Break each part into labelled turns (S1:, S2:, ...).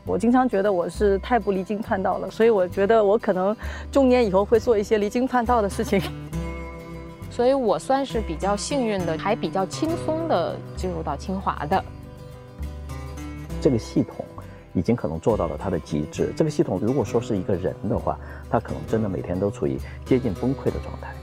S1: 我经常觉得我是太不离经叛道了，所以我觉得我可能中年以后会做一些离经叛道的事情。
S2: 所以我算是比较幸运的，还比较轻松的进入到清华的。
S3: 这个系统已经可能做到了它的极致。这个系统如果说是一个人的话，他可能真的每天都处于接近崩溃的状态。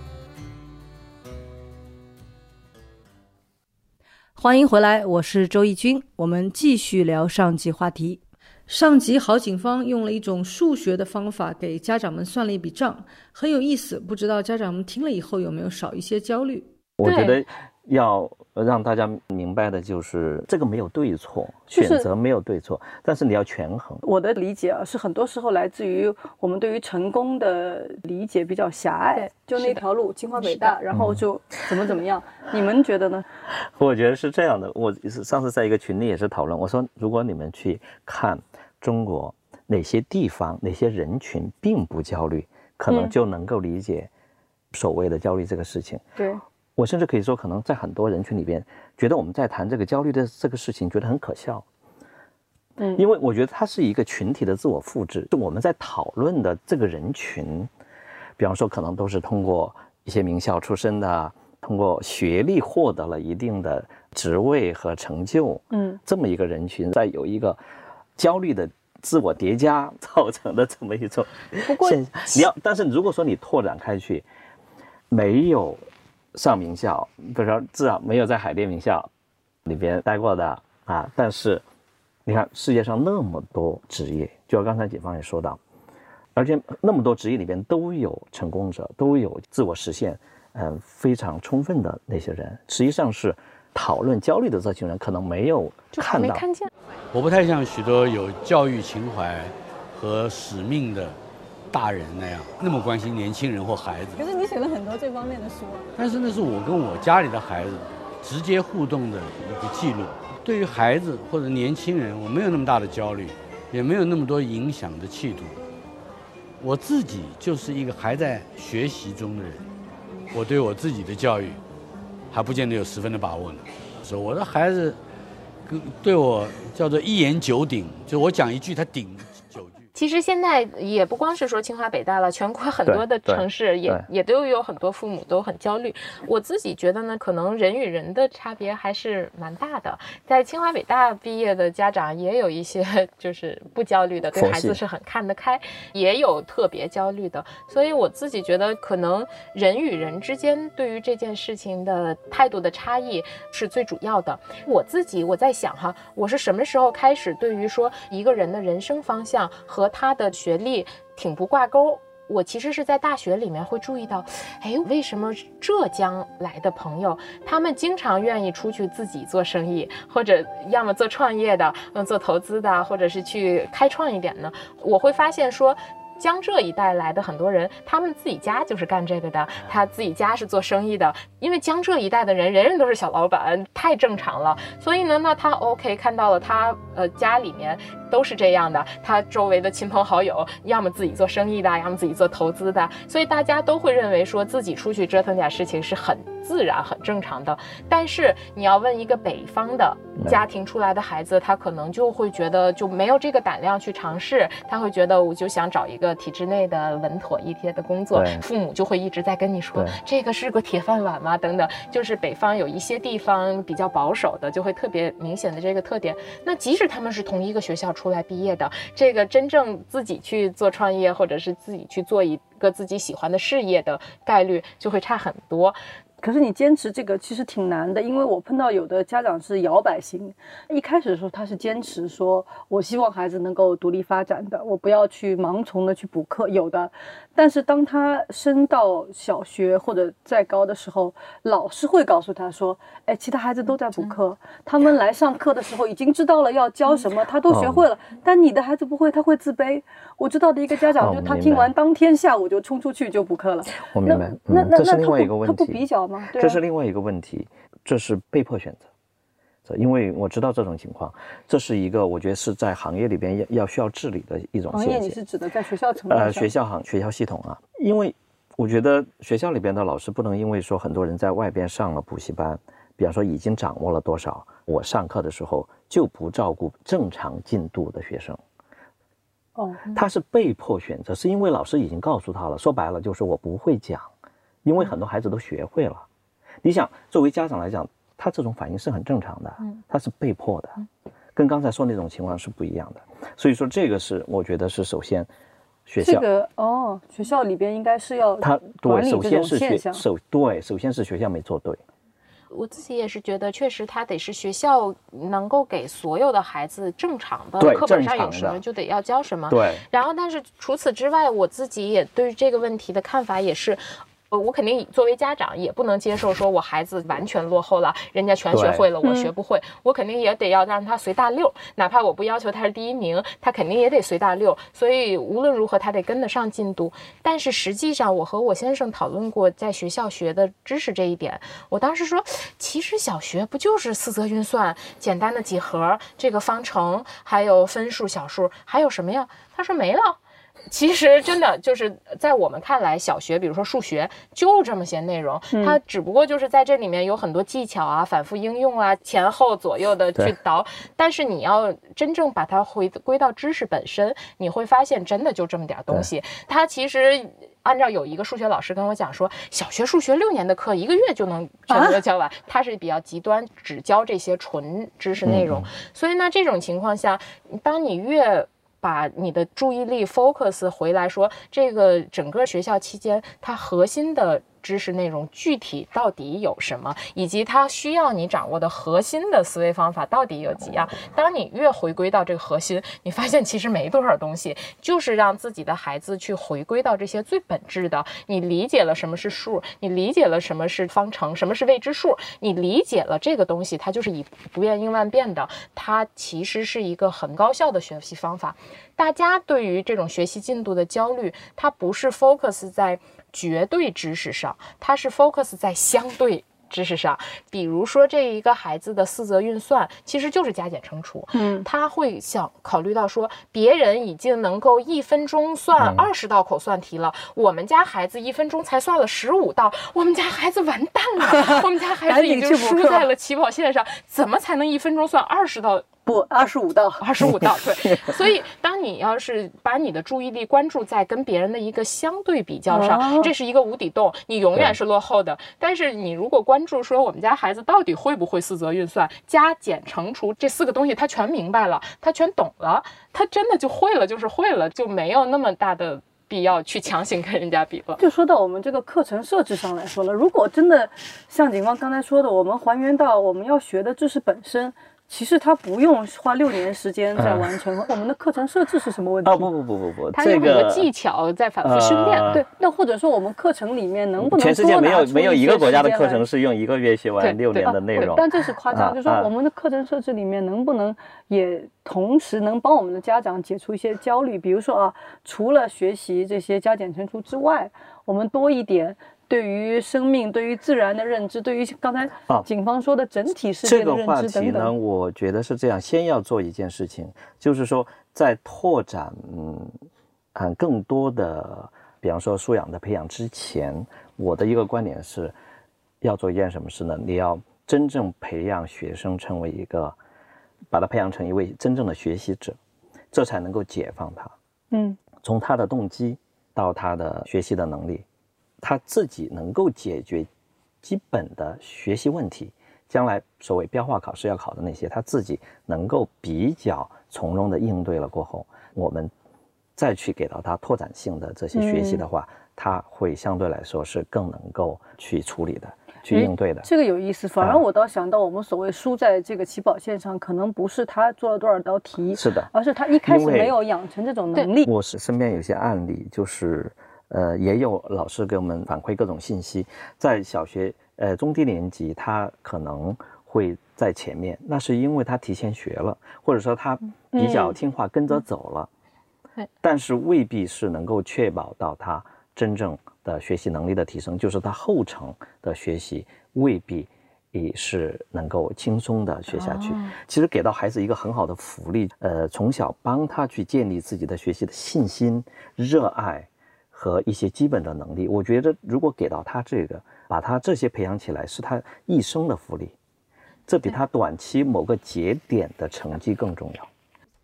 S1: 欢迎回来，我是周轶君，我们继续聊上集话题。上集郝景芳用了一种数学的方法给家长们算了一笔账，很有意思，不知道家长们听了以后有没有少一些焦虑。
S3: 我觉得要让大家明白的就是这个没有对错，选择没有对错，但是你要权衡。
S1: 我的理解是很多时候来自于我们对于成功的理解比较狭隘，就那条路清华北大，然后就怎么样。你们觉得呢？
S3: 我觉得是这样的，我上次在一个群里也是讨论，我说如果你们去看中国哪些地方哪些人群并不焦虑，可能就能够理解所谓的焦虑这个事情。
S1: 对，
S3: 我甚至可以说可能在很多人群里边觉得我们在谈这个焦虑的这个事情觉得很可笑。因为我觉得它是一个群体的自我复制，就我们在讨论的这个人群，比方说可能都是通过一些名校出身的，通过学历获得了一定的职位和成就，这么一个人群，在有一个焦虑的自我叠加造成的这么一种现象。但是如果说你拓展开去，没有上名校，比如说至少没有在海淀名校里边待过的啊，但是你看世界上那么多职业，就像刚才景芳也说到，而且那么多职业里边都有成功者，都有自我实现非常充分的那些人，实际上是讨论焦虑的这群人可能没有看到，
S2: 没看见。
S4: 我不太像许多有教育情怀和使命的大人那么关心年轻人或孩子。
S1: 可是你写了很多这方面的书啊。
S4: 但是那是我跟我家里的孩子直接互动的一个记录。对于孩子或者年轻人，我没有那么大的焦虑，也没有那么多影响的企图。我自己就是一个还在学习中的人，我对我自己的教育还不见得有10分的把握呢。所以我的孩子对我叫做一言九鼎，就我讲一句他顶9句。
S2: 其实现在也不光是说清华北大了，全国很多的城市也都有很多父母都很焦虑。我自己觉得呢，可能人与人的差别还是蛮大的。在清华北大毕业的家长也有一些就是不焦虑的，对孩子是很看得开，也有特别焦虑的。所以我自己觉得，可能人与人之间对于这件事情的态度的差异是最主要的。我在想哈，我是什么时候开始对于说一个人的人生方向和他的学历挺不挂钩？我其实是在大学里面会注意到，为什么浙江来的朋友他们经常愿意出去自己做生意，或者要么做创业的，做投资的，或者是去开创一点呢？我会发现说，江浙一带来的很多人，他们自己家就是干这个的，他自己家是做生意的。因为江浙一带的人人都是小老板，太正常了。所以呢，那他 OK 看到了他家里面都是这样的，他周围的亲朋好友要么自己做生意的，要么自己做投资的，所以大家都会认为说自己出去折腾点事情是很自然很正常的。但是你要问一个北方的家庭出来的孩子，他可能就会觉得就没有这个胆量去尝试，他会觉得我就想找一个体制内的稳妥一些的工作，父母就会一直在跟你说这个是个铁饭碗吗等等。就是北方有一些地方比较保守的，就会特别明显的这个特点。那即使他们是同一个学校出来毕业的，这个真正自己去做创业或者是自己去做一个自己喜欢的事业的概率就会差很多。可是你坚持这个其实挺难的，因为我碰到有的家长是摇摆型，一开始的时候他是坚持说我希望孩子能够独立发展的，我不要去盲从的去补课，有的。但是当他升到小学或者再高的时候，老师会告诉他说，其他孩子都在补课，他们来上课的时候已经知道了要教什么，他都学会了，但你的孩子不会，他会自卑。我知道的一个家长，就他听完当天下午就冲出去就补课了。
S3: 我明白，这是另外一个问题。
S1: 他不比较吗？对啊，
S3: 这是另外一个问题，这是被迫选择。因为我知道这种情况，这是一个我觉得是在行业里边需要治理的一种现象。
S1: 行业你是指的在学校层面上？
S3: 学校系统啊，因为我觉得学校里边的老师不能因为说很多人在外边上了补习班，比方说已经掌握了多少，我上课的时候就不照顾正常进度的学生。 他是被迫选择，是因为老师已经告诉他了。说白了就是我不会讲，因为很多孩子都学会了。你想，作为家长来讲，他这种反应是很正常的，他是被迫的，跟刚才说那种情况是不一样的。所以说这个是我觉得是首先学校
S1: 学校里边应该是要
S3: 对，首先是首先是学校没做对。
S2: 我自己也是觉得，确实他得是学校能够给所有的孩子正常的课本上有什么就得要教什么。
S3: 对。
S2: 然后，但是除此之外，我自己也对这个问题的看法也是。我肯定作为家长也不能接受说我孩子完全落后了，人家全学会了，我学不会。我肯定也得要让他随大溜，哪怕我不要求他是第1名，他肯定也得随大溜。所以无论如何他得跟得上进度。但是实际上我和我先生讨论过在学校学的知识这一点，我当时说其实小学不就是四则运算，简单的几何，这个方程，还有分数小数，还有什么呀？他说没了。其实真的就是在我们看来，小学比如说数学就这么些内容，它只不过就是在这里面有很多技巧啊，反复应用啊，前后左右的去倒。但是你要真正把它回归到知识本身，你会发现真的就这么点东西。它其实按照有一个数学老师跟我讲说，小学数学6年的课1个月就能全部教完，他是比较极端，只教这些纯知识内容。所以呢，这种情况下，当你越把你的注意力 focus 回来说，这个整个学校期间它核心的知识内容具体到底有什么，以及它需要你掌握的核心的思维方法到底有几样。当你越回归到这个核心，你发现其实没多少东西，就是让自己的孩子去回归到这些最本质的。你理解了什么是数，你理解了什么是方程，什么是未知数，你理解了这个东西，它就是以不变应万变的，它其实是一个很高效的学习方法。大家对于这种学习进度的焦虑，它不是 focus 在绝对知识上，它是 focus 在相对知识上。比如说这一个孩子的4则运算其实就是加减乘除，他会想考虑到说，别人已经能够1分钟算20道口算题了，我们家孩子1分钟才算了15道，我们家孩子完蛋了，我们家孩子已经输在了起跑线上，怎么才能1分钟算20道？
S1: 不，25道
S2: ，25道，对。所以，当你要是把你的注意力关注在跟别人的一个相对比较上，这是一个无底洞，你永远是落后的。但是，你如果关注说我们家孩子到底会不会4则运算、加减乘除这4个东西，他全明白了，他全懂了，他真的就会了，就是会了，就没有那么大的必要去强行跟人家比了。
S1: 就说到我们这个课程设置上来说了，如果真的像警方刚才说的，我们还原到我们要学的知识本身，其实他不用花6年时间再完成。我们的课程设置是什么问题？
S3: 不，
S2: 他有很多技巧在反复训练。
S1: 对，那或者说我们课程里面能不能
S3: 全世界没有一个国家的课程是用1个月学完6年的内容。
S1: 但这是夸张，就是说我们的课程设置里面能不能也同时能帮我们的家长解除一些焦虑？比如说除了学习这些加减乘除之外，我们多一点对于生命、对于自然的认知，对于刚才警方说的整体世界的认知等等。
S3: 这个话题呢，我觉得是这样：先要做一件事情，就是说在拓展更多的，比方说素养的培养之前，我的一个观点是，要做一件什么事呢？你要真正培养学生成为把他培养成一位真正的学习者，这才能够解放他。从他的动机到他的学习的能力。他自己能够解决基本的学习问题，将来所谓标化考试要考的那些，他自己能够比较从容的应对了过后，我们再去给到他拓展性的这些学习的话，他会相对来说是更能够去处理的，去应对的。
S1: 这个有意思，反而我倒想到我们所谓输在这个起跑线上，可能不是他做了多少道题，
S3: 是的，
S1: 而是他一开始没有养成这种能力。
S3: 我是身边有些案例，就是也有老师给我们反馈各种信息，在小学中低年级他可能会在前面，那是因为他提前学了，或者说他比较听话跟着走了，但是未必是能够确保到他真正的学习能力的提升，就是他后程的学习未必也是能够轻松的学下去。其实给到孩子一个很好的福利，从小帮他去建立自己的学习的信心、热爱和一些基本的能力，我觉得如果给到他这个，把他这些培养起来，是他一生的福利，这比他短期某个节点的成绩更重要。
S5: 不该留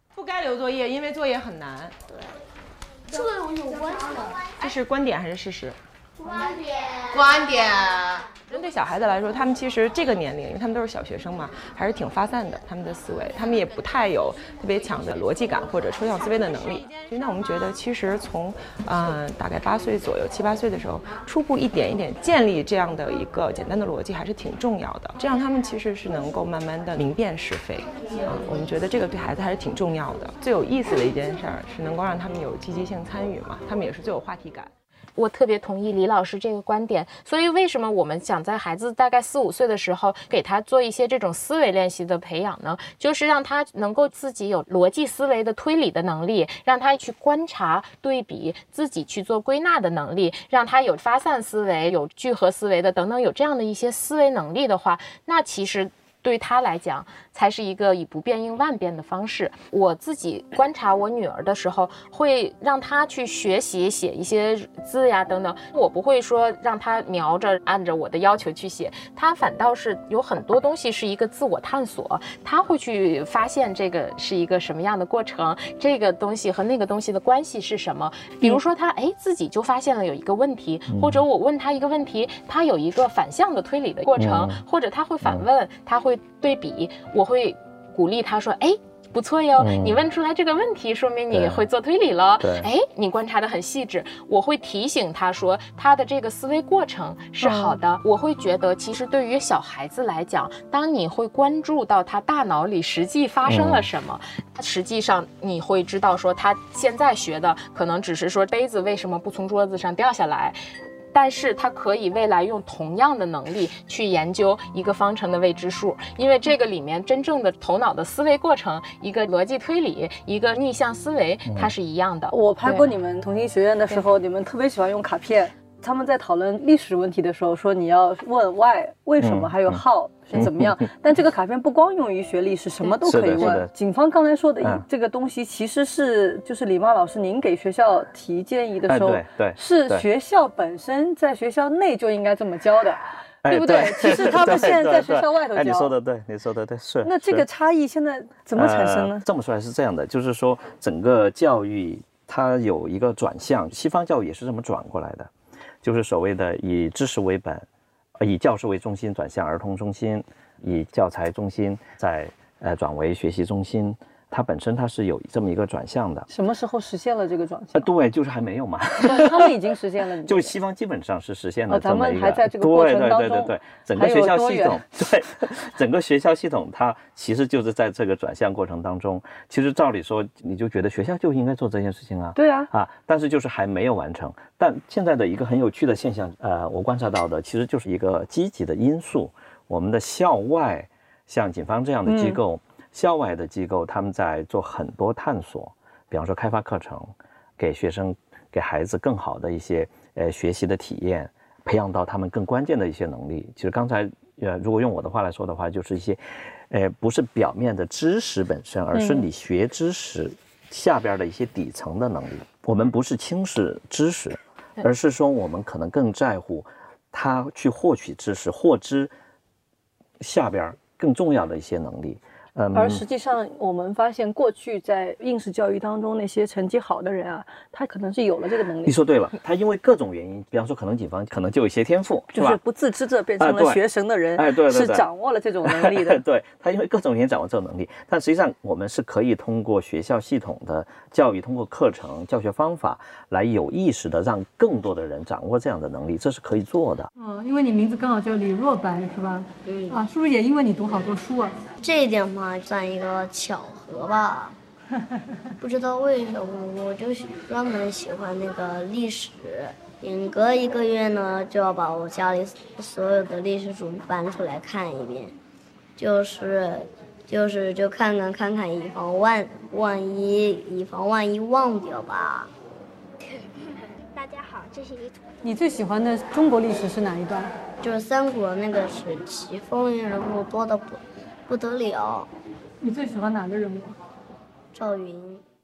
S5: 留作业，因为作业很难。
S6: 对，这个有关系的。
S5: 这是观点还是事实？
S6: 观点。
S5: 观点。针对小孩子来说，他们其实这个年龄，因为他们都是小学生嘛，还是挺发散的，他们的思维，他们也不太有特别强的逻辑感或者抽象思维的能力。那我们觉得，其实从大概8岁左右、7、8岁的时候，初步一点一点建立这样的一个简单的逻辑，还是挺重要的。这样他们其实是能够慢慢的明辨是非。我们觉得这个对孩子还是挺重要的。最有意思的一件事儿是能够让他们有积极性参与嘛，他们也是最有话题感。
S2: 我特别同意李老师这个观点，所以为什么我们想在孩子大概4、5岁的时候给他做一些这种思维练习的培养呢？就是让他能够自己有逻辑思维的推理的能力，让他去观察、对比，自己去做归纳的能力，让他有发散思维、有聚合思维的等等，有这样的一些思维能力的话，那其实对他来讲才是一个以不变应万变的方式。我自己观察我女儿的时候，会让她去学习写一些字呀等等，我不会说让她瞄着按着我的要求去写，她反倒是有很多东西是一个自我探索，她会去发现这个是一个什么样的过程，这个东西和那个东西的关系是什么。比如说她自己就发现了有一个问题，或者我问她一个问题，她有一个反向的推理的过程，或者她会反问，她会对比，我会鼓励他说不错哟，你问出来这个问题说明你会做推理了，你观察得很细致。我会提醒他说他的这个思维过程是好的。我会觉得其实对于小孩子来讲，当你会关注到他大脑里实际发生了什么，实际上你会知道说他现在学的可能只是说杯子为什么不从桌子上掉下来，但是他可以未来用同样的能力去研究一个方程的未知数，因为这个里面真正的头脑的思维过程，一个逻辑推理，一个逆向思维，它是一样的。
S1: 我拍过你们同心学院的时候，你们特别喜欢用卡片。他们在讨论历史问题的时候说，你要问 why 为什么，还有 how 是怎么样。但这个卡片不光用于学历史，什么都可以问。景芳刚才说的这个东西，其实是就是李茂老师您给学校提建议的时候，是学校本身在学校内就应该这么教的。对不对？其实他们现在在学校外头教。
S3: 你说的对，你说的对，是。
S1: 那这个差异现在怎么产生呢？
S3: 这么说来是这样的，就是说整个教育它有一个转向，西方教育也是这么转过来的。就是所谓的以知识为本，以教师为中心转向儿童中心，以教材中心再转为学习中心。它本身它是有这么一个转向的。
S1: 什么时候实现了这个转向？
S3: 对，就是还没有嘛。
S1: 他们已经实现了。
S3: 就西方基本上是实现了这么一个。
S1: 咱们还在这个过程当中。
S3: 对，整个学校系统，整个学校系统它其实就是在这个转向过程当中。其实照理说，你就觉得学校就应该做这件事情啊。
S1: 对啊。
S3: 但是就是还没有完成。但现在的一个很有趣的现象，我观察到的其实就是一个积极的因素。我们的校外，像景芳这样的机构。校外的机构，他们在做很多探索，比方说开发课程，给学生、给孩子更好的一些学习的体验，培养到他们更关键的一些能力。其实刚才如果用我的话来说的话，就是一些不是表面的知识本身，而是你学知识下边的一些底层的能力。我们不是轻视知识，而是说我们可能更在乎他去获取知识、获知下边更重要的一些能力。
S1: 而实际上我们发现过去在应试教育当中那些成绩好的人啊，他可能是有了这个能力。
S3: 你说对了，他因为各种原因，比方说可能景芳可能就有一些天赋，
S1: 就是不自知的变成了学神的人，是掌握了这种能力的。
S3: 对，他因为各种原因掌握这种能力，但实际上我们是可以通过学校系统的教育，通过课程教学方法来有意识的让更多的人掌握这样的能力，这是可以做的。
S1: 因为你名字刚好叫李若白是吧？是不是也因为你读好多书啊？
S6: 这一点嘛，算一个巧合吧。不知道为什么，我就专门喜欢那个历史，每隔1个月呢，就要把我家里所有的历史书搬出来看一遍，就看看，以防万一忘掉吧。
S7: 大家好，这是一图。
S1: 你最喜欢的中国历史是哪一段？
S6: 就是三国那个时期，风云人物多的不得了。
S1: 你最喜欢哪个人物？
S6: 赵云。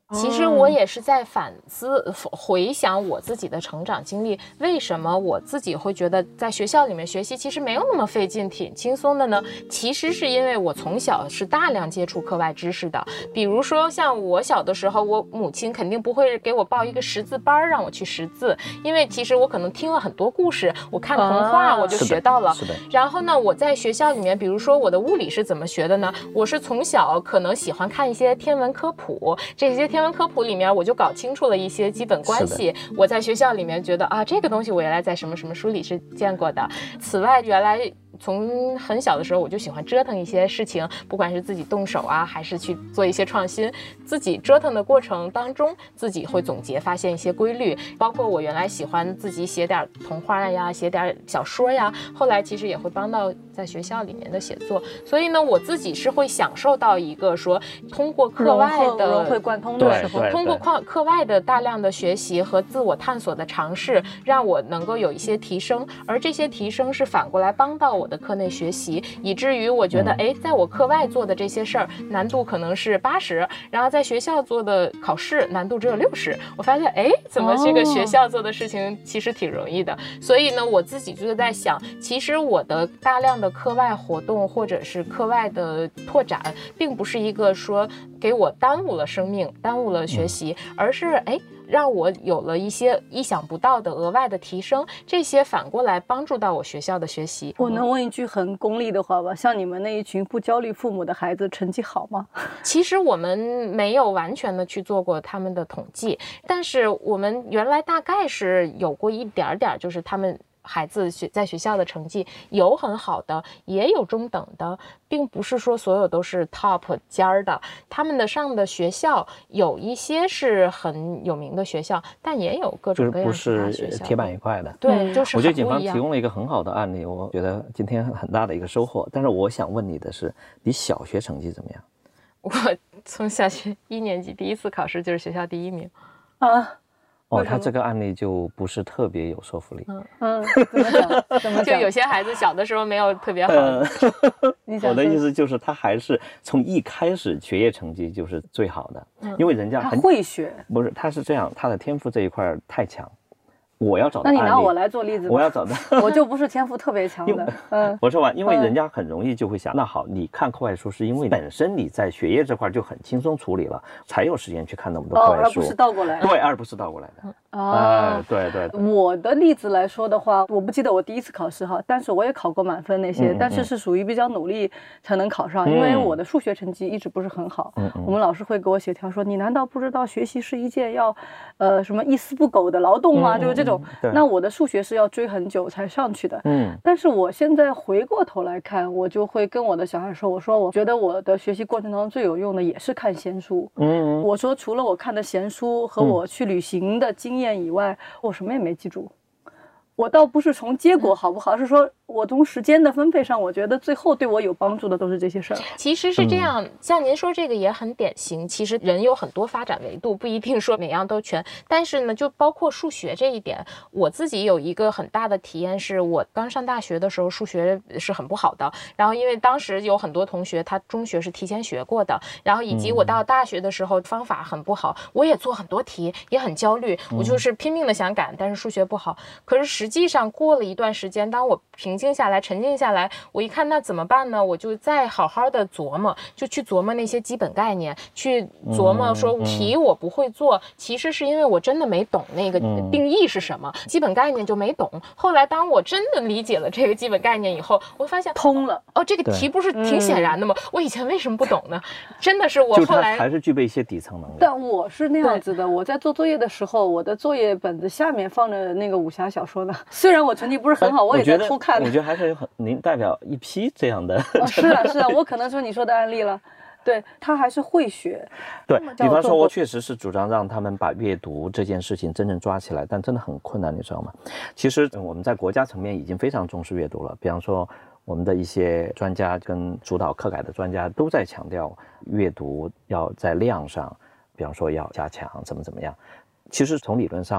S2: 其实我也是在反思回想我自己的成长经历，为什么我自己会觉得在学校里面学习其实没有那么费劲，挺轻松的呢？其实是因为我从小是大量接触课外知识的，比如说像我小的时候，我母亲肯定不会给我报一个识字班让我去识字，因为其实我可能听了很多故事，我看童话我就学到了。然后呢，我在学校里面，比如说我的物理是怎么学的呢？我是从小可能喜欢看一些天文科普，这些天文科普里面我就搞清楚了一些基本关系。我在学校里面觉得啊，这个东西我原来在什么什么书里是见过的。此外，原来从很小的时候我就喜欢折腾一些事情，不管是自己动手啊，还是去做一些创新，自己折腾的过程当中，自己会总结发现一些规律。包括我原来喜欢自己写点童话呀，写点小说呀，后来其实也会帮到在学校里面的写作。所以呢，我自己是会享受到一个说通过课外的
S1: 融会贯通的时候，
S2: 通过课外的大量的学习和自我探索的尝试，让我能够有一些提升，而这些提升是反过来帮到我的课内学习，以至于我觉得在我课外做的这些事儿难度可能是80，然后在学校做的考试难度只有60，我发现怎么这个学校做的事情其实挺容易的。所以呢，我自己就在想，其实我的大量的课外活动或者是课外的拓展，并不是一个说给我耽误了生命，耽误了学习，而是让我有了一些意想不到的额外的提升，这些反过来帮助到我学校的学习。
S1: 我能问一句很功利的话吧？像你们那一群不焦虑父母的孩子，成绩好吗？
S2: 其实我们没有完全的去做过他们的统计，但是我们原来大概是有过一点点，就是他们孩子在学校的成绩有很好的，也有中等的，并不是说所有都是 top 尖儿的。他们的上的学校有一些是很有名的学校，但也有各种各样的学校，
S3: 就是不是铁板一块的。
S2: 对，就是
S3: 我觉得警方提供了一个很好的案例，我觉得今天很大的一个收获。但是我想问你的是，你小学成绩怎么样？
S2: 我从小学1年级第一次考试就是学校第1名
S1: 啊。
S3: 他这个案例就不是特别有说服力。
S1: 怎么讲？
S2: 就有些孩子小的时候没有特别好。
S3: 我的意思就是他还是从一开始学业成绩就是最好的，因为人家
S1: 他会学，
S3: 不是，他是这样，他的天赋这一块太强。我要找的案例，
S1: 那你拿我来做例子吧。
S3: 我要找的，
S1: 我就不是天赋特别强的。
S3: 我说完，因为人家很容易就会想，那好，你看课外书是因为本身你在学业这块就很轻松处理了，才有时间去看那么多课外书，
S1: 而不是倒过来。
S3: 对，而不是倒过来的。对。
S1: 我的例子来说的话，我不记得我第一次考试哈，但是我也考过满分那些，但是是属于比较努力才能考上，因为我的数学成绩一直不是很好。我们老师会给我写条说，你难道不知道学习是一件要什么一丝不苟的劳动吗？就是这种。那我的数学是要追很久才上去的。但是我现在回过头来看，我就会跟我的小孩说，我觉得我的学习过程当中最有用的也是看闲书。我说除了我看的闲书和我去旅行的经验以外，我什么也没记住。我倒不是从结果好不好，是说我从时间的分配上，我觉得最后对我有帮助的都是这些事儿。
S2: 其实是这样，像您说这个也很典型。其实人有很多发展维度，不一定说每样都全。但是呢，就包括数学这一点，我自己有一个很大的体验，是我刚上大学的时候，数学是很不好的。然后因为当时有很多同学他中学是提前学过的，然后以及我到大学的时候方法很不好，我也做很多题，也很焦虑，我就是拼命的想赶，但是数学不好。可是实际上过了一段时间，当我平静下来沉静下来，我一看那怎么办呢，我就再好好的琢磨，就去琢磨那些基本概念，去琢磨说题我不会做，其实是因为我真的没懂那个定义是什么，基本概念就没懂。后来当我真的理解了这个基本概念以后，我发现
S1: 通了。
S2: 这个题不是挺显然的吗？我以前为什么不懂呢？真的是我后来
S3: 还是具备一些底层能力。
S1: 但我是那样子的，我在做作业的时候，我的作业本子下面放着那个武侠小说呢。虽然我成绩不是很好，我也在偷看。
S3: 我觉得还是您代表一批这样的。
S1: 是啊，我可能说你说的案例了。对，他还是会学。
S3: 对，比方说我确实是主张让他们把阅读这件事情真正抓起来，但真的很困难，你知道吗？其实我们在国家层面已经非常重视阅读了，比方说我们的一些专家跟主导课改的专家都在强调阅读要在量上，比方说要加强怎么样。其实从理论上，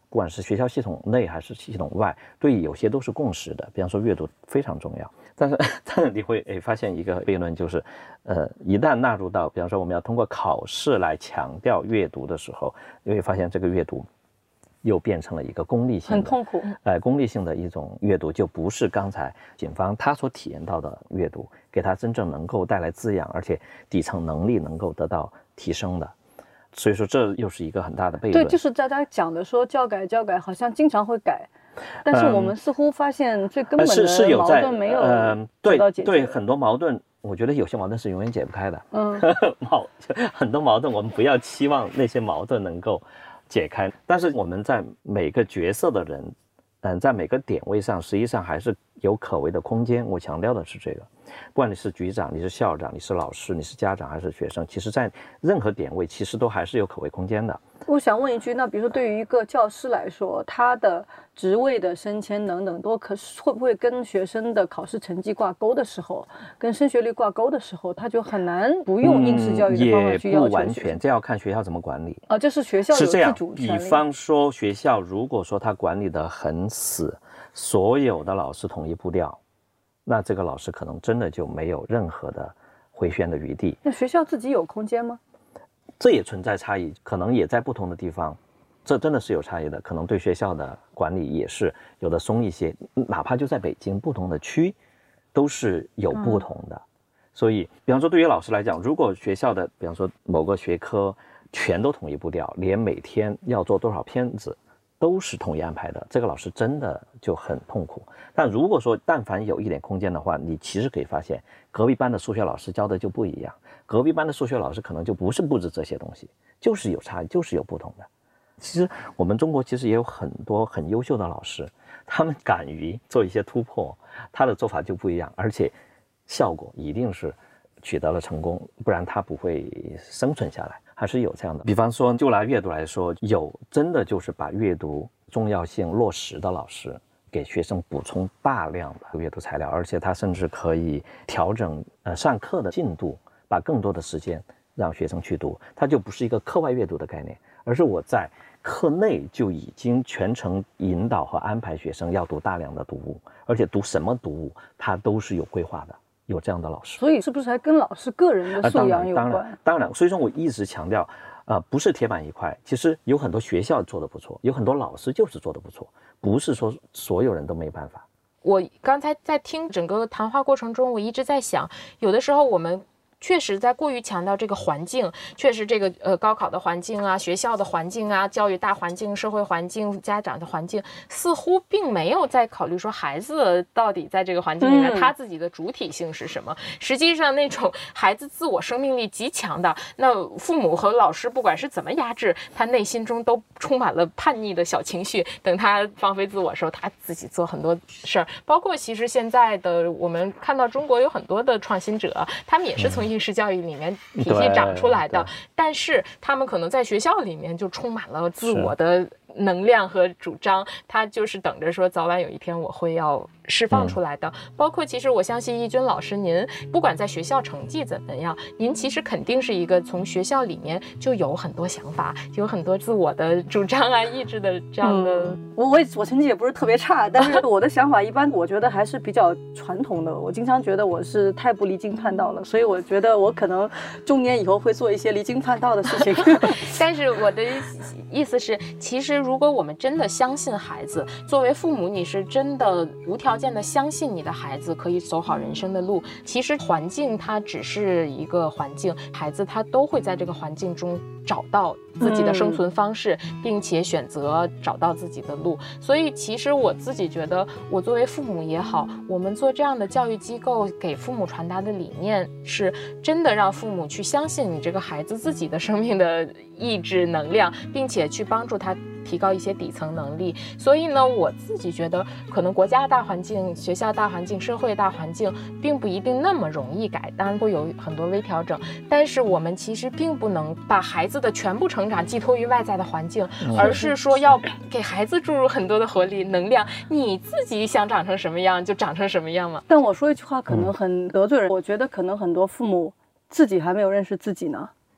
S3: 不管是学校系统内还是系统外，对有些都是共识的。比方说阅读非常重要，但是你会发现一个悖论，就是一旦纳入到比方说我们要通过考试来强调阅读的时候，你会发现这个阅读又变成了一个功利性的，
S1: 很痛苦。
S3: 功利性的一种阅读，就不是刚才景芳他所体验到的阅读，给他真正能够带来滋养，而且底层能力能够得到提升的。所以说这又是一一个很大的悖论。
S1: 对，就是大家讲的说教改，好像经常会改，但是我们似乎发现最根本的矛盾没有得到解决。
S3: 对，很多矛盾，我觉得有些矛盾是永远解不开的。很多矛盾我们不要期望那些矛盾能够解开，但是我们在每个角色的人，在每个点位上，实际上还是有可为的空间。我强调的是这个，不管你是局长，你是校长，你是老师，你是家长还是学生，其实在任何点位，其实都还是有可为空间的。
S1: 我想问一句，那比如说对于一个教师来说，他的职位的升迁等等，会不会跟学生的考试成绩挂钩的时候，跟升学率挂钩的时候，他就很难不用应试教育的方法去要求学生？
S3: 也不完全，这要看学校怎么管理。
S1: 就是学校有自主权利。
S3: 比方说学校如果说他管理得很死，所有的老师统一步调，那这个老师可能真的就没有任何的回旋的余地。
S1: 那学校自己有空间吗？
S3: 这也存在差异，可能也在不同的地方，这真的是有差异的。可能对学校的管理也是有的松一些，哪怕就在北京不同的区都是有不同的。所以比方说对于老师来讲，如果学校的比方说某个学科全都统一步调，连每天要做多少片子都是统一安排的，这个老师真的就很痛苦。但如果说但凡有一点空间的话，你其实可以发现隔壁班的数学老师教的就不一样，隔壁班的数学老师可能就不是布置这些东西，就是有差异，就是有不同的。其实我们中国其实也有很多很优秀的老师，他们敢于做一些突破，他的做法就不一样，而且效果一定是取得了成功，不然他不会生存下来。还是有这样的，比方说就拿阅读来说，有真的就是把阅读重要性落实的老师，给学生补充大量的阅读材料，而且他甚至可以调整上课的进度，把更多的时间让学生去读，它就不是一个课外阅读的概念，而是我在课内就已经全程引导和安排学生要读大量的读物，而且读什么读物它都是有规划的。有这样的老师，
S1: 所以是不是还跟老师个人的素养有关？
S3: 当然，所以说我一直强调，不是铁板一块。其实有很多学校做得不错，有很多老师就是做得不错，不是说所有人都没办法。
S2: 我刚才在听整个谈话过程中，我一直在想，有的时候我们确实在过于强调这个环境，确实这个高考的环境啊，学校的环境啊，教育大环境、社会环境、家长的环境，似乎并没有在考虑说孩子到底在这个环境里面他自己的主体性是什么。实际上那种孩子自我生命力极强的，那父母和老师不管是怎么压制，他内心中都充满了叛逆的小情绪，等他放飞自我的时候，他自己做很多事儿。包括其实现在的我们看到中国有很多的创新者，他们也是从应试教育里面体系长出来的，但是他们可能在学校里面就充满了自我的能量和主张，他就是等着说早晚有一天我会要释放出来的。包括其实我相信义军老师，您不管在学校成绩怎么样，您其实肯定是一个从学校里面就有很多想法，有很多自我的主张啊、意志的这样的。
S1: 我成绩也不是特别差，但是我的想法一般，我觉得还是比较传统的。我经常觉得我是太不离经叛道了，所以我觉得我可能中年以后会做一些离经叛道的事情。
S2: 但是我的意思是，其实如果我们真的相信孩子，作为父母，你是真的无条件的相信你的孩子可以走好人生的路。其实环境它只是一个环境，孩子他都会在这个环境中找到自己的生存方式，并且选择找到自己的路。所以其实我自己觉得，我作为父母也好，我们做这样的教育机构给父母传达的理念是真的让父母去相信你这个孩子自己的生命的意志能量，并且去帮助他提高一些底层能力。所以呢，我自己觉得可能国家大环境、学校大环境、社会大环境并不一定那么容易改，当然会有很多微调整，但是我们其实并不能把孩子的全部成长寄托于外在的环境，而是说要给孩子注入很多的活力能量，你自己想长成什么样就长成什么样嘛。
S1: 但我说一句话可能很得罪人，我觉得可能很多父母自己还没有认识自己呢。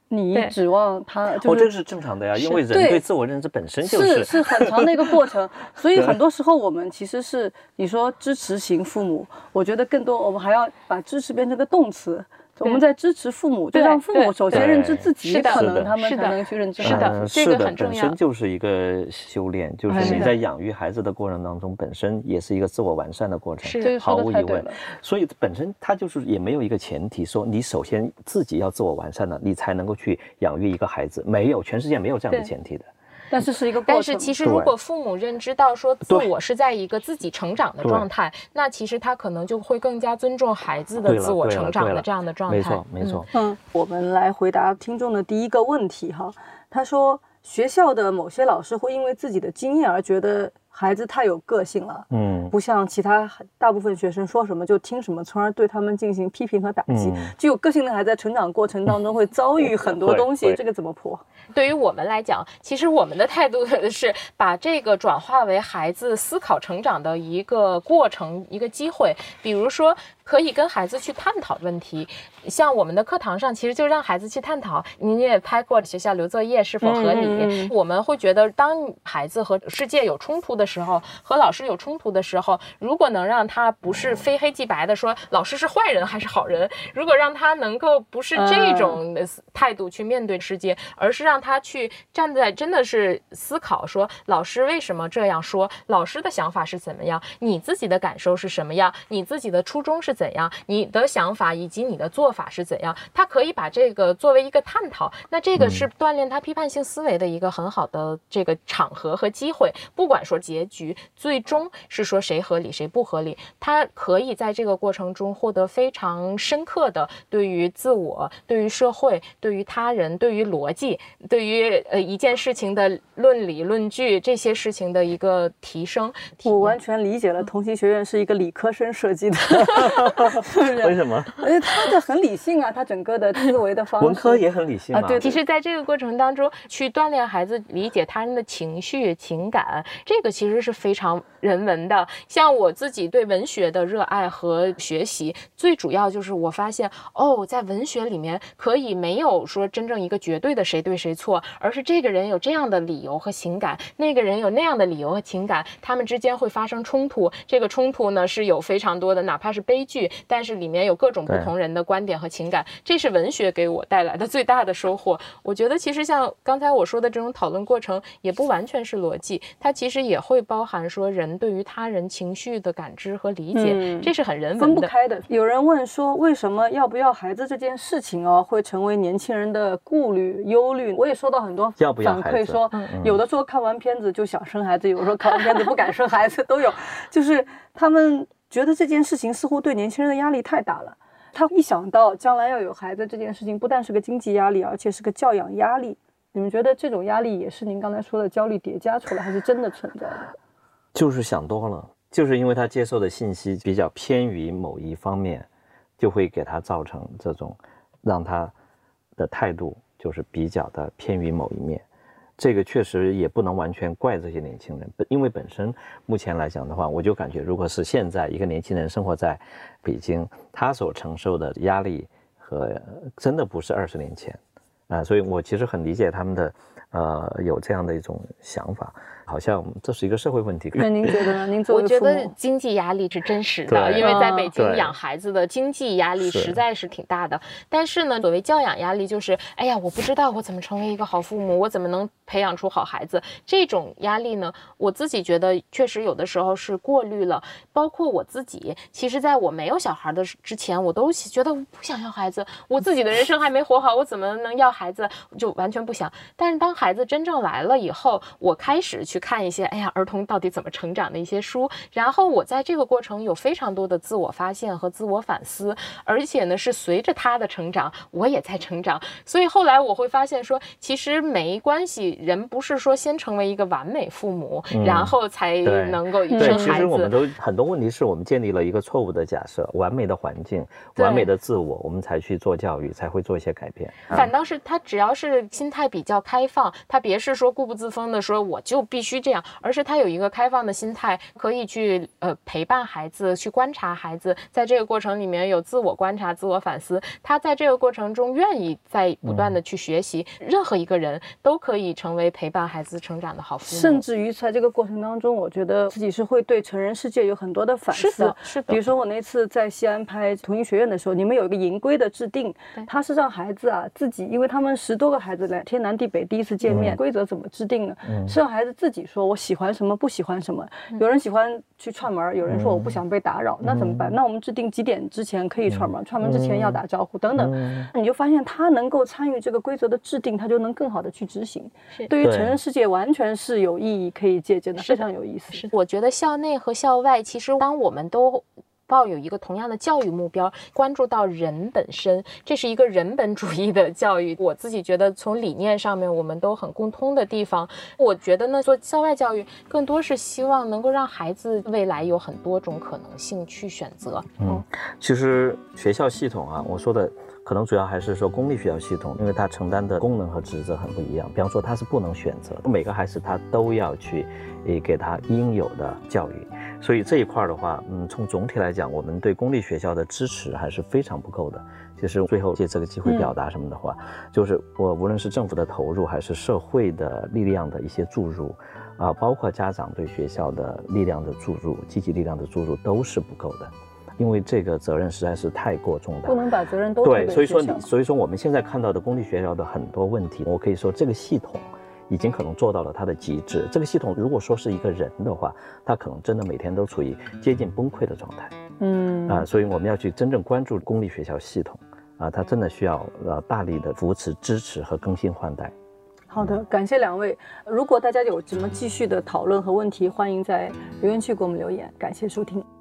S8: 你指望他就是，
S3: 这个是正常的呀，因为人对自我认知本身就是
S8: 很长的一个过程，所以很多时候我们其实是你说支持型父母，我觉得更多我们还要把支持变成个动词。我们在支持父母，就让父母首先认知自己，可能他们才能去认知孩子。
S2: 这个很重要。
S3: 本身就是一个修炼，就是你在养育孩子的过程当中，本身也是一个自我完善的过程，毫无疑问。所以本身它就是也没有一个前提说你首先自己要自我完善了，你才能够去养育一个孩子，没有，全世界没有这样的前提的。
S8: 但是是一个过程。
S2: 但是其实如果父母认知到说自我是在一个自己成长的状态，那其实他可能就会更加尊重孩子的自我成长的这样的状态。
S3: 没错。
S8: 我们来回答听众的第一个问题哈，他说学校的某些老师会因为自己的经验而觉得孩子太有个性了，不像其他大部分学生说什么就听什么，从而对他们进行批评和打击。具有个性的孩子在成长过程当中会遭遇很多东西，这个怎么破？
S2: 对于我们来讲，其实我们的态度是把这个转化为孩子思考成长的一个过程，一个机会。比如说可以跟孩子去探讨问题，像我们的课堂上其实就让孩子去探讨，您也拍过学校留作业是否合理。我们会觉得当孩子和世界有冲突的时候，和老师有冲突的时候，如果能让他不是非黑即白的说老师是坏人还是好人，如果让他能够不是这种态度去面对世界，而是让他去站在真的是思考说老师为什么这样说，老师的想法是怎么样，你自己的感受是什么样，你自己的初衷是怎样，你的想法以及你的做法是怎样，他可以把这个作为一个探讨，那这个是锻炼他批判性思维的一个很好的这个场合和机会。不管说结局最终是说谁合理谁不合理，他可以在这个过程中获得非常深刻的对于自我、对于社会、对于他人、对于逻辑、对于一件事情的论理论据这些事情的一个提升。
S8: 我完全理解了同心学院是一个理科生设计的
S3: 为什么？
S8: 他的很理性啊，他整个的思维的方式
S3: 文科也很理性嘛。
S2: 对，其实在这个过程当中去锻炼孩子理解他人的情绪情感，这个其实是非常人文的。像我自己对文学的热爱和学习，最主要就是我发现在文学里面可以没有说真正一个绝对的谁对谁错，而是这个人有这样的理由和情感，那个人有那样的理由和情感，他们之间会发生冲突，这个冲突呢是有非常多的哪怕是悲剧，但是里面有各种不同人的观点和情感，这是文学给我带来的最大的收获。我觉得其实像刚才我说的这种讨论过程也不完全是逻辑，它其实也会包含说人对于他人情绪的感知和理解，这是很人文的
S8: 分不开的。有人问说为什么要不要孩子这件事情会成为年轻人的顾虑忧虑，我也收到很多反馈说有的时候看完片子就想生孩子，有的时候看完片子不敢生孩子都有，就是他们觉得这件事情似乎对年轻人的压力太大了，他一想到将来要有孩子这件事情不但是个经济压力，而且是个教养压力。你们觉得这种压力也是您刚才说的焦虑叠加出来，还是真的存在的？
S3: 就是想多了，就是因为他接受的信息比较偏于某一方面，就会给他造成这种让他的态度就是比较的偏于某一面。这个确实也不能完全怪这些年轻人，因为本身目前来讲的话，我就感觉如果是现在一个年轻人生活在北京，他所承受的压力和真的不是20年前所以我其实很理解他们的有这样的一种想法，好像这是一个社会问题。
S8: 那您觉得呢？您作为父母，
S2: 我觉得经济压力是真实的，因为在北京养孩子的经济压力实在是挺大的。但是呢，所谓教养压力就是，哎呀，我不知道我怎么成为一个好父母，我怎么能培养出好孩子。这种压力呢，我自己觉得确实有的时候是过滤了。包括我自己，其实在我没有小孩的之前，我都觉得我不想要孩子，我自己的人生还没活好，我怎么能要孩子？就完全不想。但是当孩子真正来了以后，我开始去看一些儿童到底怎么成长的一些书，然后我在这个过程有非常多的自我发现和自我反思，而且呢是随着他的成长我也在成长。所以后来我会发现说其实没关系，人不是说先成为一个完美父母然后才能够生孩子。
S3: 其实我们都很多问题是我们建立了一个错误的假设，完美的环境完美的自我，我们才去做教育，才会做一些改变。
S2: 反倒是他只要是心态比较开放，他别是说固步自封的说我就必须须这样，而是他有一个开放的心态，可以去陪伴孩子，去观察孩子，在这个过程里面有自我观察、自我反思。他在这个过程中愿意在不断的去学习，任何一个人都可以成为陪伴孩子成长的好父母。
S8: 甚至于在这个过程当中，我觉得自己是会对成人世界有很多的反思。
S2: 是的，是的。
S8: 比如说我那次在西安拍同音学院的时候，你们有一个营规的制定，他是让孩子自己，因为他们10多个孩子来天南地北第一次见面，规则怎么制定呢？是让孩子自己说我喜欢什么，不喜欢什么。有人喜欢去串门，有人说我不想被打扰，那怎么办？那我们制定几点之前可以串门，串门之前要打招呼等等。你就发现他能够参与这个规则的制定，他就能更好的去执行。对于成人世界完全是有意义可以借鉴的，非常有意思。
S2: 是，我觉得校内和校外，其实当我们都抱有一个同样的教育目标，关注到人本身，这是一个人本主义的教育。我自己觉得从理念上面我们都很共通的地方。我觉得呢，做校外教育更多是希望能够让孩子未来有很多种可能性去选择。
S3: 其实学校系统我说的可能主要还是说公立学校系统，因为它承担的功能和职责很不一样。比方说它是不能选择的，每个孩子他都要去给他应有的教育。所以这一块的话，从总体来讲，我们对公立学校的支持还是非常不够的。其实最后借这个机会表达什么的话，就是我无论是政府的投入，还是社会的力量的一些注入，包括家长对学校的力量的注入、积极力量的注入，都是不够的。因为这个责任实在是太过重大，
S8: 不能把责任都推给学校。
S3: 对，所以说我们现在看到的公立学校的很多问题，我可以说这个系统已经可能做到了它的极致。这个系统如果说是一个人的话，他可能真的每天都处于接近崩溃的状态。所以我们要去真正关注公立学校系统它真的需要大力的扶持、支持和更新换代。
S8: 好的，感谢两位。如果大家有什么继续的讨论和问题，欢迎在留言区给我们留言。感谢收听。